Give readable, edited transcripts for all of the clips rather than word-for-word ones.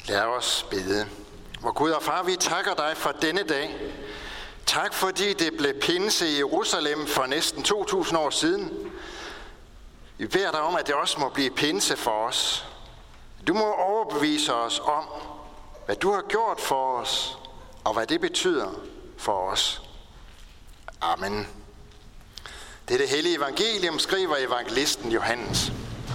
Lad os bede. Vor Gud og Far, vi takker dig for denne dag. Tak fordi det blev pinse i Jerusalem for næsten 2000 år siden. Vi beder dig om, at det også må blive pinse for os. Du må overbevise os om, hvad du har gjort for os, og hvad det betyder for os. Amen. Det er det hellige evangelium, skriver evangelisten Johannes.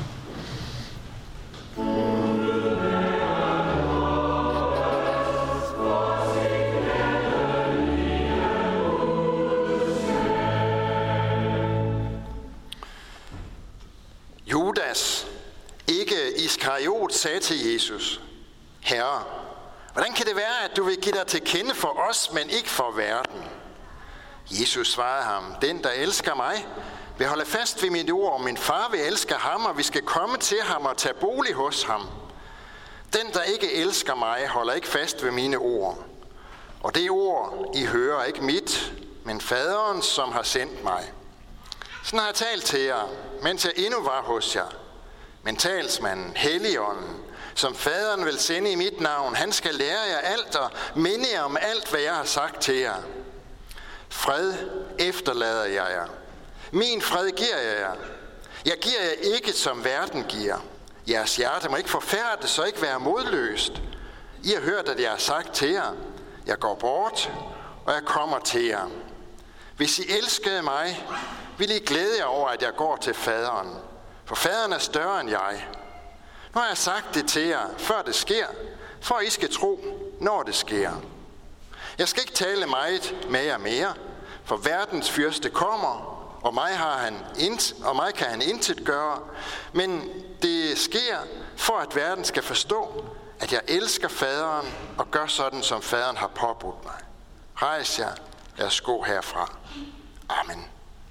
Judas, ikke Iskariot, sagde til Jesus: Herre, hvordan kan det være, at du vil give dig til kende for os, men ikke for verden? Jesus svarede ham: Den, der elsker mig, vil holde fast ved mit ord, og min far vil elske ham, og vi skal komme til ham og tage bolig hos ham. Den, der ikke elsker mig, holder ikke fast ved mine ord. Og det ord, I hører, ikke mit, men faderen, som har sendt mig. Sådan har jeg talt til jer, mens jeg endnu var hos jer. Men talsmanden, Helligånden, som faderen vil sende i mit navn, han skal lære jer alt og minde jer om alt, hvad jeg har sagt til jer. Fred efterlader jeg jer. Min fred giver jeg jer. Jeg giver jer ikke, som verden giver. Jeres hjerte må ikke forfærdes og ikke være modløst. I har hørt, at jeg har sagt til jer: Jeg går bort, og jeg kommer til jer. Hvis I elskede mig, vil I glæde jer over, at jeg går til faderen. For faderen er større end jeg. Nu har jeg sagt det til jer, før det sker, for I skal tro, når det sker. Jeg skal ikke tale meget med jer mere, for verdens fyrste kommer, og mig kan han intet gøre. Men det sker, for at verden skal forstå, at jeg elsker faderen og gør sådan, som faderen har påbudt mig. Rejs jer, lad os gå herfra. Amen.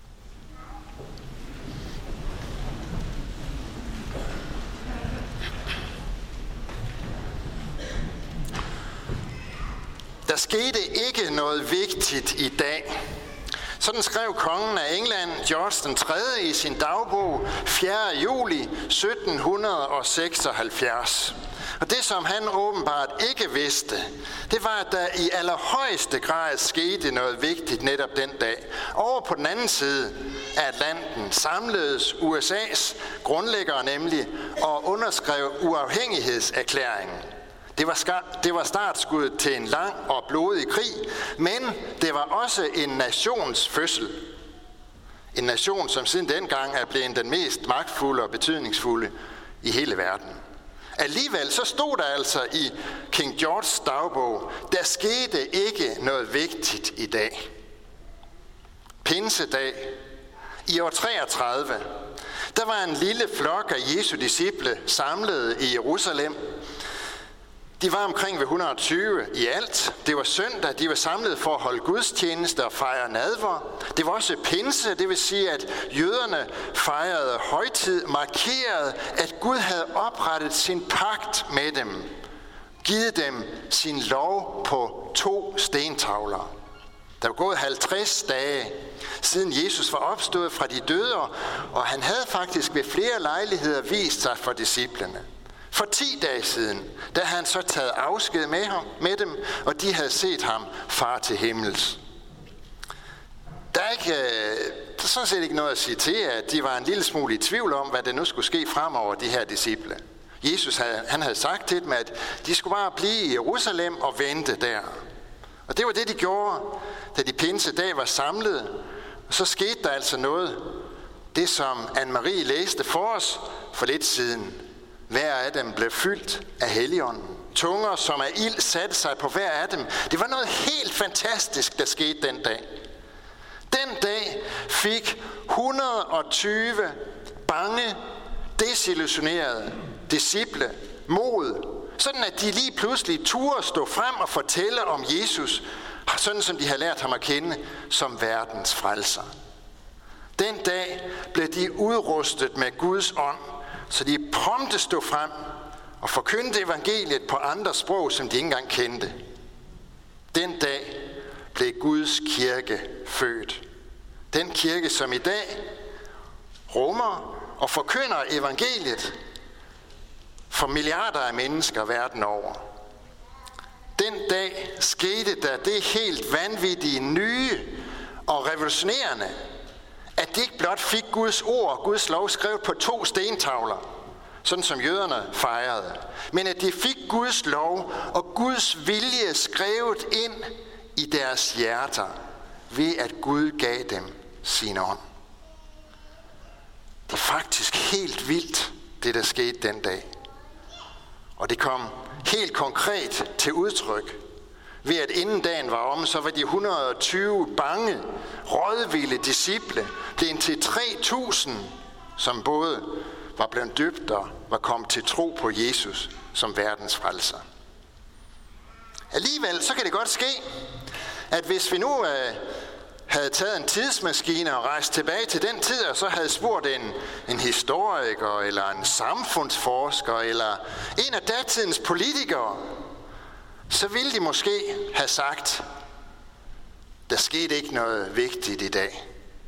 Der skete ikke noget vigtigt i dag. Sådan skrev kongen af England, George den 3. i sin dagbog 4. juli 1776. Og det, som han åbenbart ikke vidste, det var, at der i allerhøjeste grad skete noget vigtigt netop den dag. Over på den anden side af Atlanten samledes USA's grundlæggere nemlig og underskrev uafhængighedserklæringen. Det var startskuddet til en lang og blodig krig, men det var også en nations fødsel. En nation, som siden dengang er blevet den mest magtfulde og betydningsfulde i hele verden. Alligevel så stod der altså i King Georges dagbog: der skete ikke noget vigtigt i dag. Pinsedag i år 33, der var en lille flok af Jesu disciple samlet i Jerusalem. De var omkring ved 120 i alt. Det var søndag, de var samlet for at holde gudstjeneste og fejre nadver. Det var også pinse, det vil sige, at jøderne fejrede højtid, markerede, at Gud havde oprettet sin pagt med dem. Givet dem sin lov på 2 stentavler. Der var gået 50 dage, siden Jesus var opstået fra de døde, og han havde faktisk ved flere lejligheder vist sig for disciplene. For 10 dage siden, der havde han så taget afsked med dem, og de havde set ham fare til himmels. Der er sådan set ikke noget at sige til, at de var en lille smule i tvivl om, hvad der nu skulle ske fremover, de her disciple. Jesus han havde sagt til dem, at de skulle bare blive i Jerusalem og vente der. Og det var det, de gjorde, da de pinsedag var samlet. Og så skete der altså noget, det som Anne-Marie læste for os for lidt siden. Hver af dem blev fyldt af Helligånden. Tunger som af ild satte sig på hver af dem. Det var noget helt fantastisk, der skete den dag. Den dag fik 120 bange, desillusionerede disciple mod, sådan at de lige pludselig turde stå frem og fortælle om Jesus, sådan som de havde lært ham at kende som verdens frelser. Den dag blev de udrustet med Guds ånd, så de prompte stod frem og forkyndte evangeliet på andre sprog, som de ikke engang kendte. Den dag blev Guds kirke født. Den kirke, som i dag rummer og forkynder evangeliet for milliarder af mennesker verden over. Den dag skete der det helt vanvittige, nye og revolutionerende, at de ikke blot fik Guds ord og Guds lov skrevet på 2 stentavler, sådan som jøderne fejrede, men at de fik Guds lov og Guds vilje skrevet ind i deres hjerter, ved at Gud gav dem sin ånd. Det er faktisk helt vildt, det der skete den dag. Og det kom helt konkret til udtryk, ved at inden dagen var om, så var de 120 bange, rådvilde disciple blevet til 3.000, som både var blevet døbt og var kommet til tro på Jesus som verdens frelser. Alligevel så kan det godt ske, at hvis vi nu havde taget en tidsmaskine og rejst tilbage til den tid, og så havde spurgt en historiker, eller en samfundsforsker, eller en af datidens politikere, så ville de måske have sagt, der skete ikke noget vigtigt i dag.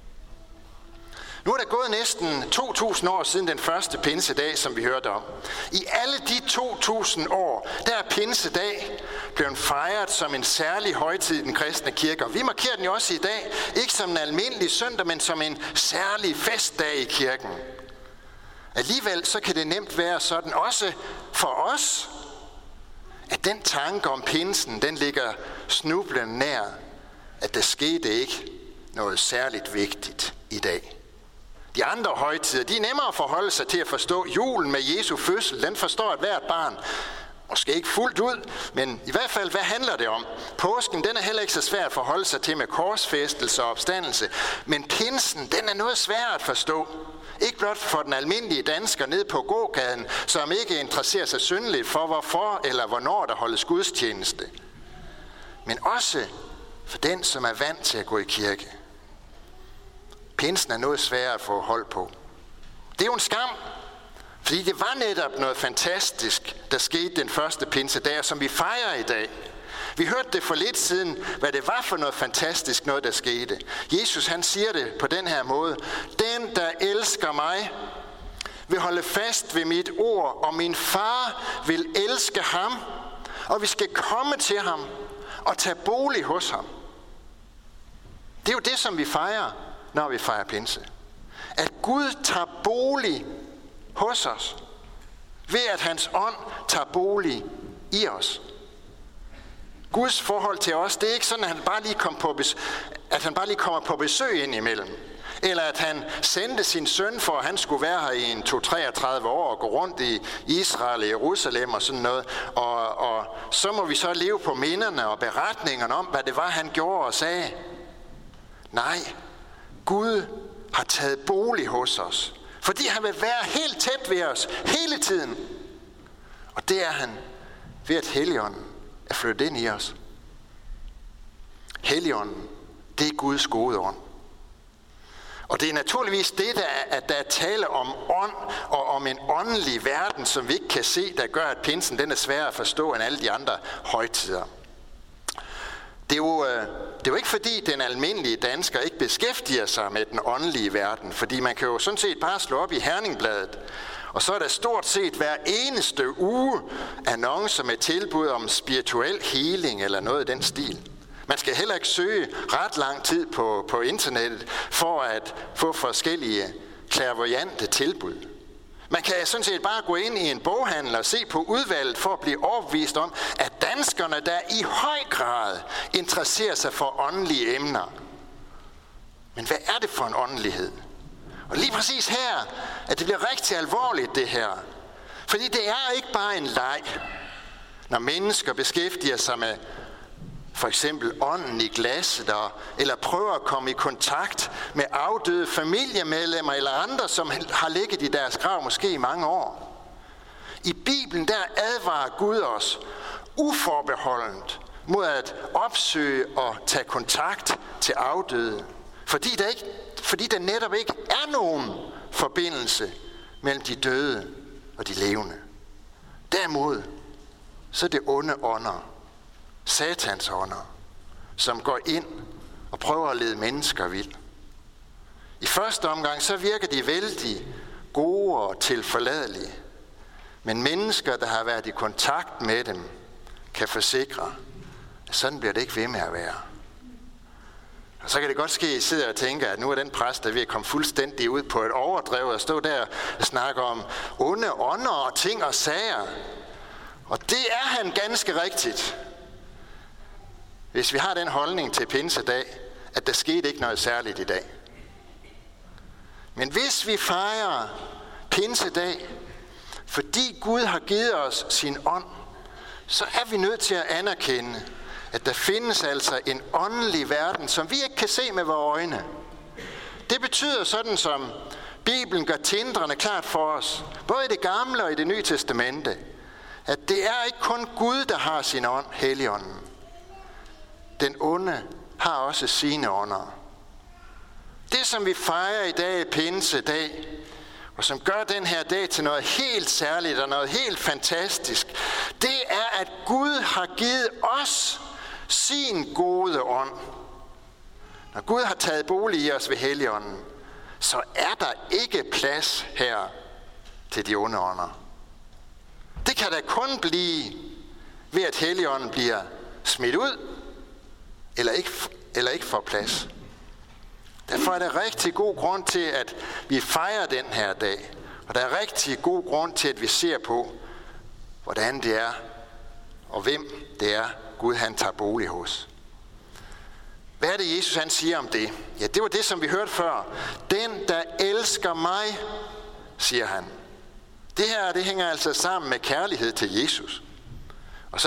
Nu er der gået næsten 2.000 år siden den første pinsedag, som vi hørte om. I alle de 2.000 år, der er pinsedag blevet fejret som en særlig højtid i den kristne kirke. Og vi markerer den jo også i dag, ikke som en almindelig søndag, men som en særlig festdag i kirken. Alligevel så kan det nemt være sådan, også for os, at den tanke om pinsen, den ligger snublende nær, at der skete ikke noget særligt vigtigt i dag. De andre højtider, de er nemmere at forholde sig til at forstå. Julen med Jesu fødsel, den forstår at hvert barn. Måske ikke fuldt ud, men i hvert fald, hvad handler det om? Påsken, den er heller ikke så svær at forholde sig til med korsfæstelse og opstandelse. Men pinsen, den er noget sværere at forstå. Ikke blot for den almindelige dansker ned på gågaden, som ikke interesserer sig synderligt for, hvorfor eller hvornår der holdes gudstjeneste. Men også for den, som er vant til at gå i kirke. Pinsen er noget sværere at få hold på. Det er jo en skam, fordi det var netop noget fantastisk, der skete den første pinsedag, som vi fejrer i dag. Vi hørte det for lidt siden, hvad det var for noget fantastisk, noget der skete. Jesus han siger det på den her måde. Den, der elsker mig, vil holde fast ved mit ord, og min far vil elske ham, og vi skal komme til ham og tage bolig hos ham. Det er jo det, som vi fejrer, når vi fejrer pinse. At Gud tager bolig hos os, ved at hans ånd tager bolig i os. Guds forhold til os, det er ikke sådan, at han bare lige kommer på besøg ind imellem. Eller at han sendte sin søn for, at han skulle være her i en 2-33 år og gå rundt i Israel, Jerusalem og sådan noget. Og så må vi så leve på minderne og beretningerne om, hvad det var, han gjorde og sagde. Nej, Gud har taget bolig hos os, fordi han vil være helt tæt ved os hele tiden. Og det er han ved at Helligånden er flyttet ind i os. Helligånden, det er Guds gode ånd. Og det er naturligvis det, at der er tale om ånd og om en åndelig verden, som vi ikke kan se, der gør, at pinsen den er sværere at forstå end alle de andre højtider. Det er jo ikke fordi den almindelige dansker ikke beskæftiger sig med den åndelige verden, fordi man kan jo sådan set bare slå op i Herningbladet, og så er der stort set hver eneste uge annoncer med tilbud om spirituel healing eller noget i den stil. Man skal heller ikke søge ret lang tid på internettet for at få forskellige clairvoyante tilbud. Man kan sådan set bare gå ind i en boghandel og se på udvalget for at blive overbevist om, at danskerne der i høj grad interesserer sig for åndelige emner. Men hvad er det for en åndelighed? Og lige præcis her, at det bliver rigtig alvorligt det her. Fordi det er ikke bare en leg, når mennesker beskæftiger sig med for eksempel ånden i glasset, eller prøver at komme i kontakt med afdøde familiemedlemmer eller andre, som har ligget i deres grav måske i mange år. I Bibelen der advarer Gud os uforbeholdent mod at opsøge og tage kontakt til afdøde, fordi der netop ikke er nogen forbindelse mellem de døde og de levende. Derimod så er det onde ånder, Satans ånder, som går ind og prøver at lede mennesker vild. I første omgang så virker de vældig gode og tilforladelige. Men mennesker, der har været i kontakt med dem, kan forsikre, at sådan bliver det ikke ved med at være. Og så kan det godt ske, at I sidder og tænker, at nu er den præst, der er ved at komme fuldstændig ud på et overdrev og stå der og snakke om onde ånder og ting og sager. Og det er han ganske rigtigt. Hvis vi har den holdning til pinsedag, at der skete ikke noget særligt i dag. Men hvis vi fejrer pinsedag, fordi Gud har givet os sin ånd, så er vi nødt til at anerkende, at der findes altså en åndelig verden, som vi ikke kan se med vores øjne. Det betyder sådan, som Bibelen gør tindrende klart for os, både i det gamle og i det nye testamente, at det er ikke kun Gud, der har sin ånd, Helligånden. Den onde har også sine ånder. Det, som vi fejrer i dag, pinsedag, og som gør den her dag til noget helt særligt og noget helt fantastisk, det er, at Gud har givet os sin gode ånd. Når Gud har taget bolig i os ved Helligånden, så er der ikke plads her til de onde ånder. Det kan der kun blive ved, at Helligånden bliver smidt ud, eller ikke får plads. Derfor er der rigtig god grund til, at vi fejrer den her dag. Og der er rigtig god grund til, at vi ser på, hvordan det er, og hvem det er, Gud han tager bolig hos. Hvad er det, Jesus han siger om det? Ja, det var det, som vi hørte før. Den, der elsker mig, siger han. Det her, det hænger altså sammen med kærlighed til Jesus. Og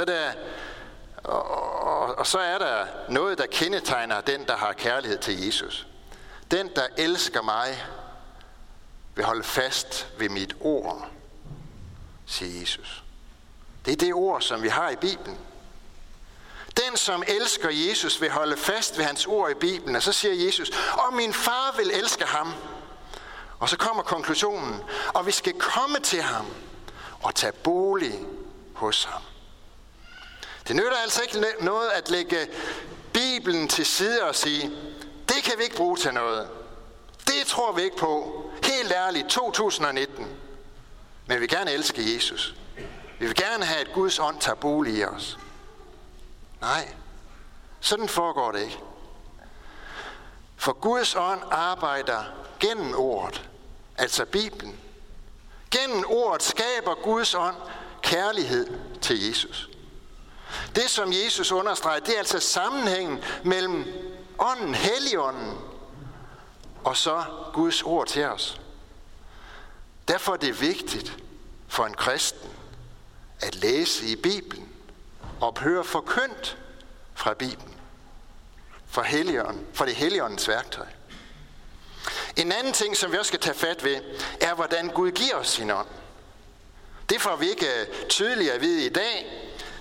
så er der noget, der kendetegner den, der har kærlighed til Jesus. Den, der elsker mig, vil holde fast ved mit ord, siger Jesus. Det er det ord, som vi har i Bibelen. Den, som elsker Jesus, vil holde fast ved hans ord i Bibelen. Og så siger Jesus, og min far vil elske ham. Og så kommer konklusionen, og vi skal komme til ham og tage bolig hos ham. Det nytter altså ikke noget at lægge Bibelen til side og sige, det kan vi ikke bruge til noget. Det tror vi ikke på. Helt ærligt, 2019. Men vi vil gerne elske Jesus. Vi vil gerne have, at Guds ånd tager bolig i os. Nej, sådan foregår det ikke. For Guds ånd arbejder gennem ordet, altså Bibelen. Gennem ordet skaber Guds ånd kærlighed til Jesus. Det, som Jesus understreger, det er altså sammenhængen mellem ånden, Helligånden, og så Guds ord til os. Derfor er det vigtigt for en kristen at læse i Bibelen og høre forkyndt fra Bibelen, fra det Helligåndens værktøj. En anden ting, som vi også skal tage fat ved, er, hvordan Gud giver os sin ånd. Det får vi ikke tydeligt at vide i dag.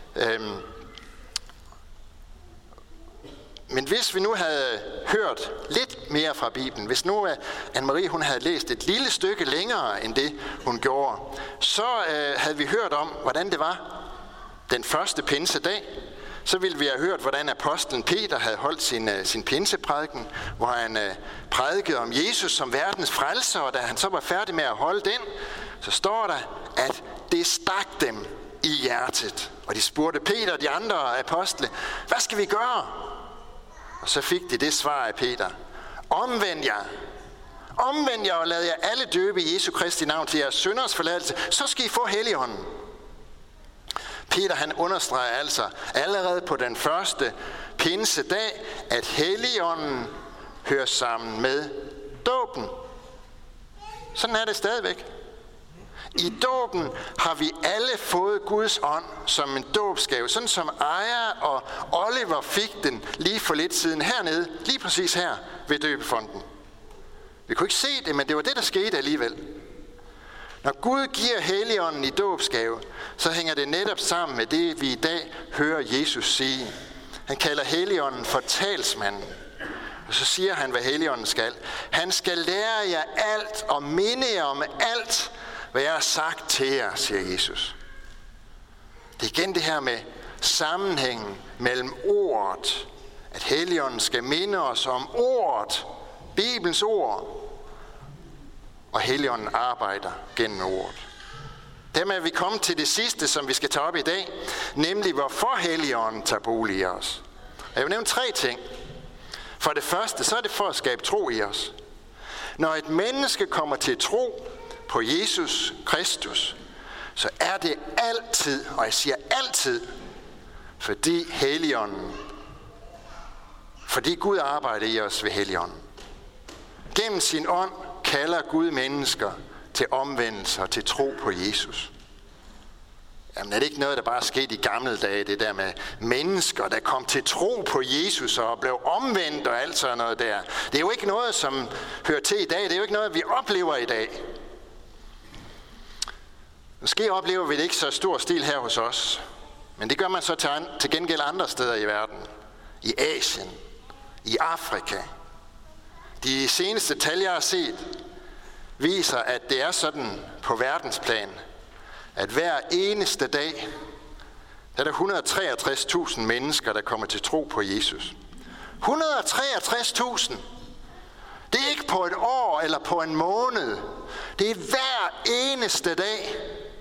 Men hvis vi nu havde hørt lidt mere fra Bibelen, hvis nu Anne-Marie hun havde læst et lille stykke længere end det, hun gjorde, så havde vi hørt om, hvordan det var den første pinsedag. Så ville vi have hørt, hvordan apostlen Peter havde holdt sin pinseprædiken, hvor han prædikede om Jesus som verdens frelser, og da han så var færdig med at holde den, så står der, at det stak dem i hjertet. Og de spurgte Peter og de andre apostle, hvad skal vi gøre? Og så fik de det svar af Peter. Omvend jer og lad jer alle døbe i Jesu Kristi navn til jeres synders forladelse, så skal I få Helligånden. Peter han understreger altså allerede på den første pinsedag, at Helligånden hører sammen med dåben. Sådan er det stadigvæk. I dåben har vi alle fået Guds ånd som en dåbsgave, sådan som Aya og Oliver fik den lige for lidt siden hernede, lige præcis her ved døbefonden. Vi kunne ikke se det, men det var det, der skete alligevel. Når Gud giver Helligånden i dåbsgave, så hænger det netop sammen med det, vi i dag hører Jesus sige. Han kalder Helligånden for talsmanden. Og så siger han, hvad Helligånden skal. Han skal lære jer alt og minde jer om alt, hvad jeg har sagt til jer, siger Jesus. Det er igen det her med sammenhængen mellem ordet, at Helligånden skal minde os om ordet, Bibelens ord, og Helligånden arbejder gennem ordet. Dermed er vi kommet til det sidste, som vi skal tage op i dag, nemlig hvorfor Helligånden tager bolig i os. Jeg vil nævne 3 ting. For det første, så er det for at skabe tro i os. Når et menneske kommer til tro på Jesus Kristus, så er det altid, og jeg siger altid, fordi Gud arbejder i os ved Helligånden. Gennem sin ånd kalder Gud mennesker til omvendelse og til tro på Jesus. Jamen er det ikke noget, der bare er sket i gamle dage, det der med mennesker, der kom til tro på Jesus og blev omvendt og alt sådan noget der. Det er jo ikke noget, som hører til i dag. Det er jo ikke noget, vi oplever i dag. Måske oplever vi det ikke så stor stil her hos os, men det gør man så til gengæld andre steder i verden. I Asien, i Afrika. De seneste tal, jeg har set, viser, at det er sådan på verdensplan, at hver eneste dag, der er der 163.000 mennesker, der kommer til tro på Jesus. 163.000! Det er ikke på et år eller på en måned. Det er hver eneste dag,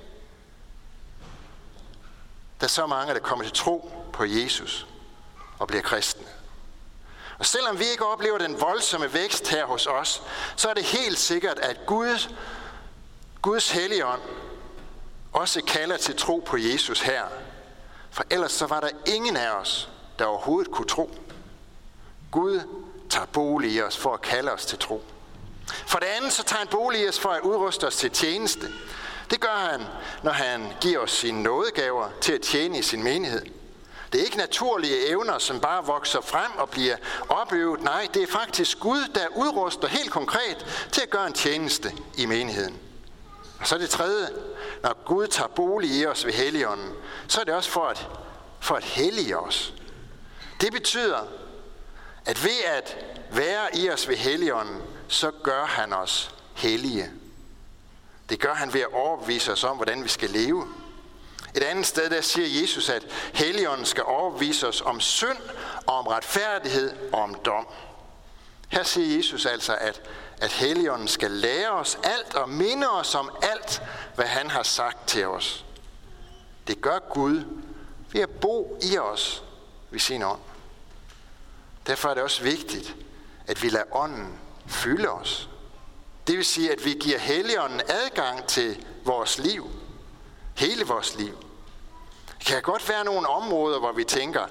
der er så mange, der kommer til tro på Jesus og bliver kristne. Og selvom vi ikke oplever den voldsomme vækst her hos os, så er det helt sikkert, at Guds Helligånd også kalder til tro på Jesus her. For ellers så var der ingen af os, der overhovedet kunne tro. Gud tager bolig i os for at kalde os til tro. For det andet så tager han bolig i os for at udruste os til tjeneste. Det gør han, når han giver os sine nådegaver til at tjene i sin menighed. Det er ikke naturlige evner, som bare vokser frem og bliver opøvet. Nej, det er faktisk Gud, der udruster helt konkret til at gøre en tjeneste i menigheden. Og så det tredje, når Gud tager bolig i os ved Helligånden, så er det også for at hellige os. Det betyder, at ved at være i os ved Helligånden, så gør han os hellige. Det gør han ved at overbevise os om, hvordan vi skal leve. Et andet sted, der siger Jesus, at Helligånden skal overbevise os om synd, og om retfærdighed og om dom. Her siger Jesus altså, at Helligånden skal lære os alt og minde os om alt, hvad han har sagt til os. Det gør Gud ved at bo i os ved sin ånd. Derfor er det også vigtigt, at vi lader ånden fylde os. Det vil sige, at vi giver Helligånden adgang til vores liv. Hele vores liv. Det kan godt være nogle områder, hvor vi tænker,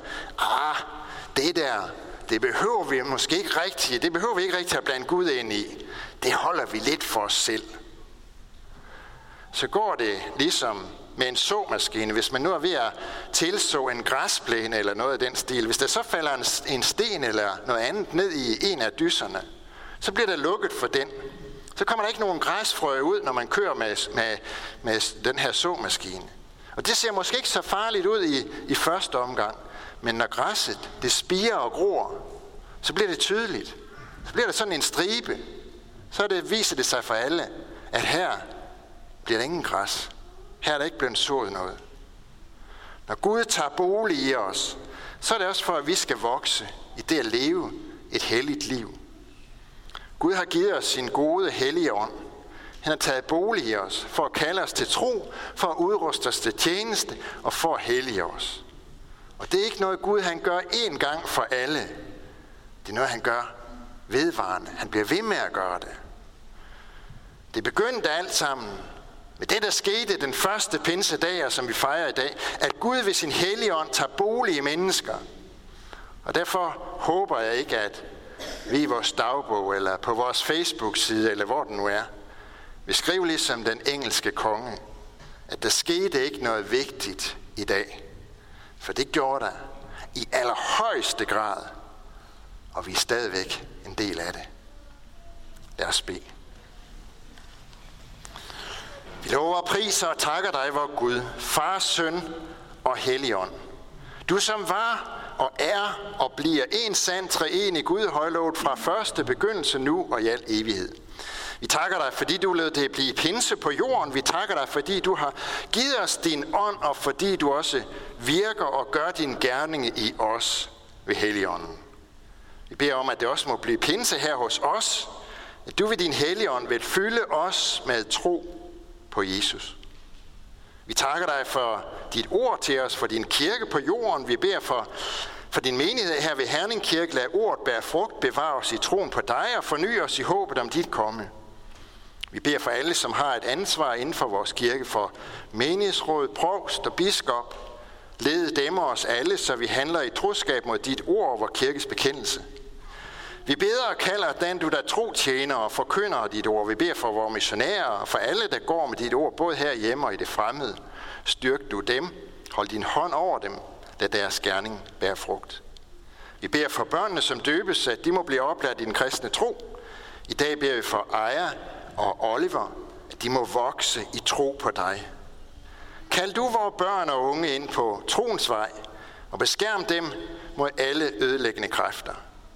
det behøver vi måske ikke rigtigt. Det behøver vi ikke rigtigt at blande Gud ind i. Det holder vi lidt for os selv. Så går det ligesom med en såmaskine. Hvis man nu er ved at tilså en græsplæne eller noget af den stil. Hvis der så falder en sten eller noget andet ned i en af dysserne, så bliver der lukket for den. Så kommer der ikke nogen græsfrø ud, når man kører med den her såmaskine. Og det ser måske ikke så farligt ud i første omgang. Men når græsset, det spirer og gror, så bliver det tydeligt. Så bliver der sådan en stribe. Så viser det sig for alle, at her bliver der ingen græs. Her er der ikke blevet sået noget. Når Gud tager bolig i os, så er det også for, at vi skal vokse i det at leve et helligt liv. Gud har givet os sin gode, hellige ånd. Han har taget bolig i os for at kalde os til tro, for at udruste os til tjeneste og for at hellige os. Og det er ikke noget Gud han gør én gang for alle. Det er noget han gør vedvarende. Han bliver ved med at gøre det. Det begyndte alt sammen med det, der skete den første pinsedag, som vi fejrer i dag, at Gud ved sin hellige ånd tager bolig i mennesker. Og derfor håber jeg ikke, at vi i vores dagbog, eller på vores Facebook-side, eller hvor den nu er, vil skrive ligesom den engelske konge, at der skete ikke noget vigtigt i dag. For det gjorde der i allerhøjeste grad, og vi er stadigvæk en del af det. Lad os bede. Vi lover, priser og takker dig, vor Gud, Far, Søn og Helligånd. Du som var og er og bliver en sand treenig Gud, højlovet fra første begyndelse nu og i al evighed. Vi takker dig, fordi du lod det blive pinse på jorden. Vi takker dig, fordi du har givet os din ånd, og fordi du også virker og gør din gerning i os ved Helligånden. Vi beder om, at det også må blive pinse her hos os, at du ved din Helligånd vil fylde os med tro på Jesus. Vi takker dig for dit ord til os, for din kirke på jorden. Vi beder for din menighed her ved Herning Kirke. Lad ordet bære frugt, bevare os i troen på dig og forny os i håbet om dit komme. Vi beder for alle, som har et ansvar inden for vores kirke, for menighedsråd, provst og biskop. Led dem og os alle, så vi handler i troskab mod dit ord og vor kirkes bekendelse. Vi beder og kalder den, du der trotjener og forkynder dit ord. Vi beder for vores missionærer og for alle, der går med dit ord, både herhjemme og i det fremmede. Styrk du dem, hold din hånd over dem, lad deres gerning bære frugt. Vi beder for børnene, som døbes, at de må blive oplært i den kristne tro. I dag beder vi for Aya og Oliver, at de må vokse i tro på dig. Kald du vores børn og unge ind på troens vej, og beskærm dem mod alle ødelæggende kræfter.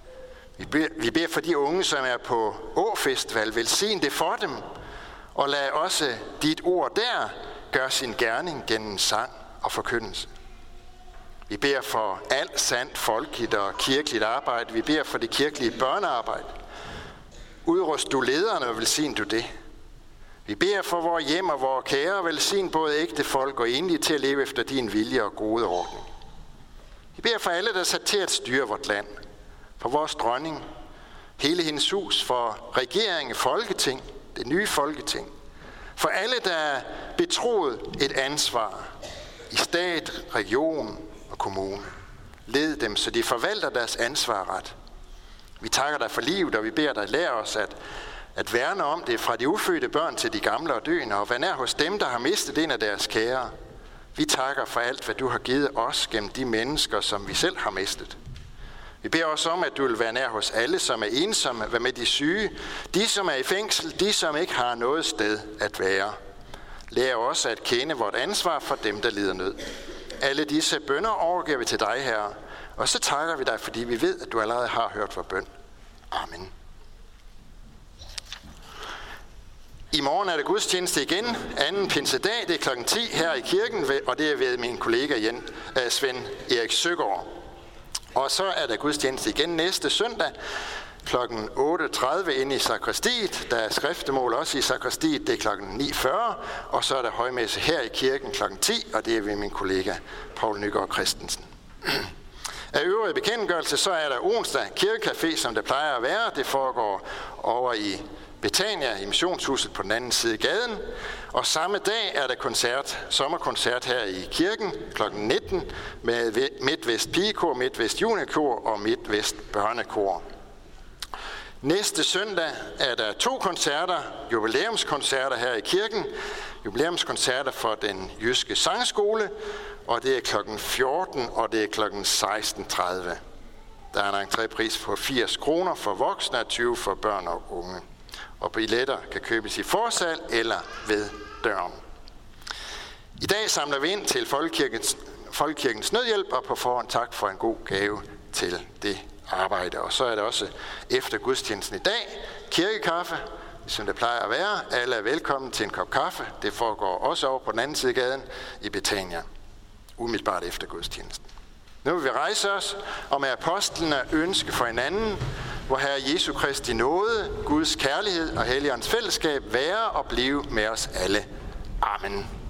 Vi beder for de unge, som er på Åfestival, velsign det for dem, og lad også dit ord der gøre sin gerning gennem sang og forkyndelse. Vi beder for alt sandt folkeligt og kirkeligt arbejde. Vi beder for det kirkelige børnearbejde. Udrust du lederne og velsign du det. Vi beder for vores hjem og vores kære, velsign både ægte folk og enlige til at leve efter din vilje og gode ordning. Vi beder for alle, der er sat til at styre vort land. For vores dronning, hele hendes hus, for regeringen, folketing, det nye folketing. For alle, der er betroet et ansvar i stat, region og kommune. Led dem, så de forvalter deres ansvar ret. Vi takker dig for livet, og vi beder dig lære os at værne om det fra de ufødte børn til de gamle og døende, og være nær hos dem, der har mistet en af deres kære. Vi takker for alt, hvad du har givet os gennem de mennesker, som vi selv har mistet. Vi beder også om, at du vil være nær hos alle, som er ensomme, være med de syge, de som er i fængsel, de som ikke har noget sted at være. Lær også at kende vort ansvar for dem, der lider nød. Alle disse bønner overgiver vi til dig, Herre, og så takker vi dig, fordi vi ved, at du allerede har hørt vor bøn. Amen. I morgen er det gudstjeneste igen, anden pinsedag, det er kl. 10 her i kirken, og det er ved min kollega Svend Erik Søgaard. Og så er der gudstjeneste igen næste søndag kl. 8.30 inde i sakristiet. Der er skriftemål også i sakristiet, det er kl. 9.40, og så er der højmesse her i kirken kl. 10, og det er ved min kollega Poul Nygaard Christensen. Af øvrige bekendtgørelse, så er der onsdag kirkecafé, som der plejer at være. Det foregår over i Betania i Missionshuset på den anden side af gaden. Og samme dag er der sommerkoncert her i kirken kl. 19 med Midtvest Pigekor, Midtvest Juniorkor og Midtvest Børnekor. Næste søndag er der 2 koncerter, jubilæumskoncerter her i kirken. Jubilæumskoncerter for den jyske sangskole, og det er kl. 14 og det er kl. 16.30. Der er en entrépris på 80 kroner for voksne og 20 for børn og unge. Og billetter kan købes i forsal eller ved døren. I dag samler vi ind til Folkekirkens Nødhjælp, og på forhånd tak for en god gave til det arbejde. Og så er det også efter gudstjenesten i dag kirkekaffe, som det plejer at være. Alle er velkommen til en kop kaffe. Det foregår også over på den anden side af gaden i Betania, umiddelbart efter gudstjenesten. Nu vil vi rejse os og med apostlene ønske for hinanden, hvor Herre Jesu Kristi nåde, Guds kærlighed og Helligåndens fællesskab være og blive med os alle. Amen.